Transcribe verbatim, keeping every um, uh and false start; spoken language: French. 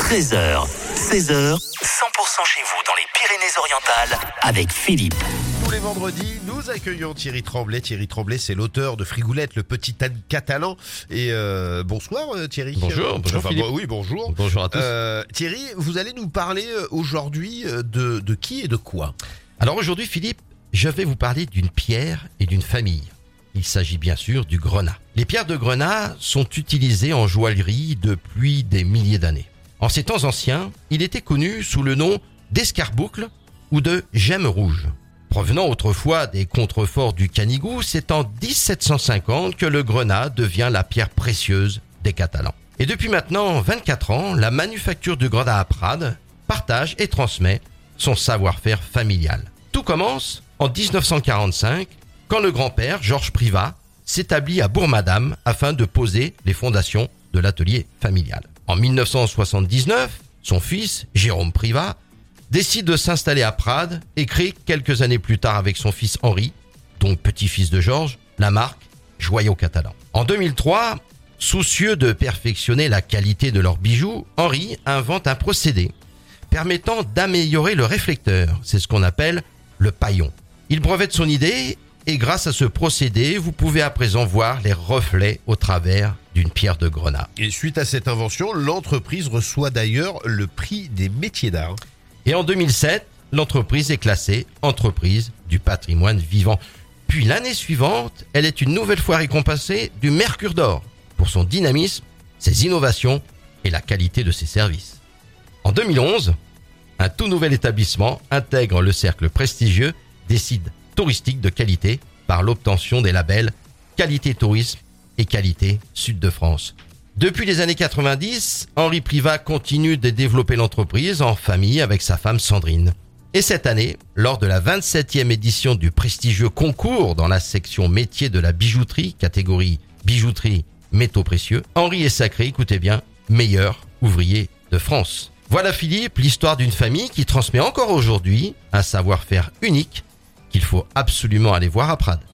treize heures, seize heures, cent pour cent chez vous dans les Pyrénées-Orientales avec Philippe. Tous les vendredis, nous accueillons Thierry Tremblay. Thierry Tremblay, c'est l'auteur de Frigoulette, le petit âne catalan. Et euh, bonsoir euh, Thierry. Bonjour, bonjour enfin, Philippe. bon, oui, bonjour. Bonjour à tous. Euh, Thierry, vous allez nous parler aujourd'hui de, de qui et de quoi ? Alors aujourd'hui Philippe, je vais vous parler d'une pierre et d'une famille. Il s'agit bien sûr du grenat. Les pierres de grenat sont utilisées en joaillerie depuis des milliers d'années. En ces temps anciens, il était connu sous le nom d'escarboucle ou de gemme rouge. Provenant autrefois des contreforts du Canigou, c'est en dix-sept cent cinquante que le grenat devient la pierre précieuse des Catalans. Et depuis maintenant vingt-quatre ans, la manufacture du grenat à Prades partage et transmet son savoir-faire familial. Tout commence en dix-neuf cent quarante-cinq, quand le grand-père, Georges Privat, s'établit à Bourg-Madame afin de poser les fondations de l'atelier familial. En dix-neuf cent soixante-dix-neuf, son fils, Jérôme Privat, décide de s'installer à Prades et crée quelques années plus tard avec son fils Henri, donc petit-fils de Georges, la marque Joyaux Catalans. En deux mille trois, soucieux de perfectionner la qualité de leurs bijoux, Henri invente un procédé permettant d'améliorer le réflecteur. C'est ce qu'on appelle le paillon. Il brevette son idée et grâce à ce procédé, vous pouvez à présent voir les reflets au travers d'une pierre de grenat. Et suite à cette invention, l'entreprise reçoit d'ailleurs le prix des métiers d'art. Et en deux mille sept, l'entreprise est classée entreprise du patrimoine vivant. Puis l'année suivante, elle est une nouvelle fois récompensée du Mercure d'Or pour son dynamisme, ses innovations et la qualité de ses services. En deux mille onze, un tout nouvel établissement intègre le cercle prestigieux des sites touristiques de qualité par l'obtention des labels Qualité Tourisme et Qualité Sud de France. Depuis les années quatre-vingt-dix, Henri Privat continue de développer l'entreprise en famille avec sa femme Sandrine. Et cette année, lors de la vingt-septième édition du prestigieux concours dans la section métiers de la bijouterie, catégorie bijouterie métaux précieux, Henri est sacré, écoutez bien, meilleur ouvrier de France. Voilà Philippe, l'histoire d'une famille qui transmet encore aujourd'hui un savoir-faire unique qu'il faut absolument aller voir à Prades.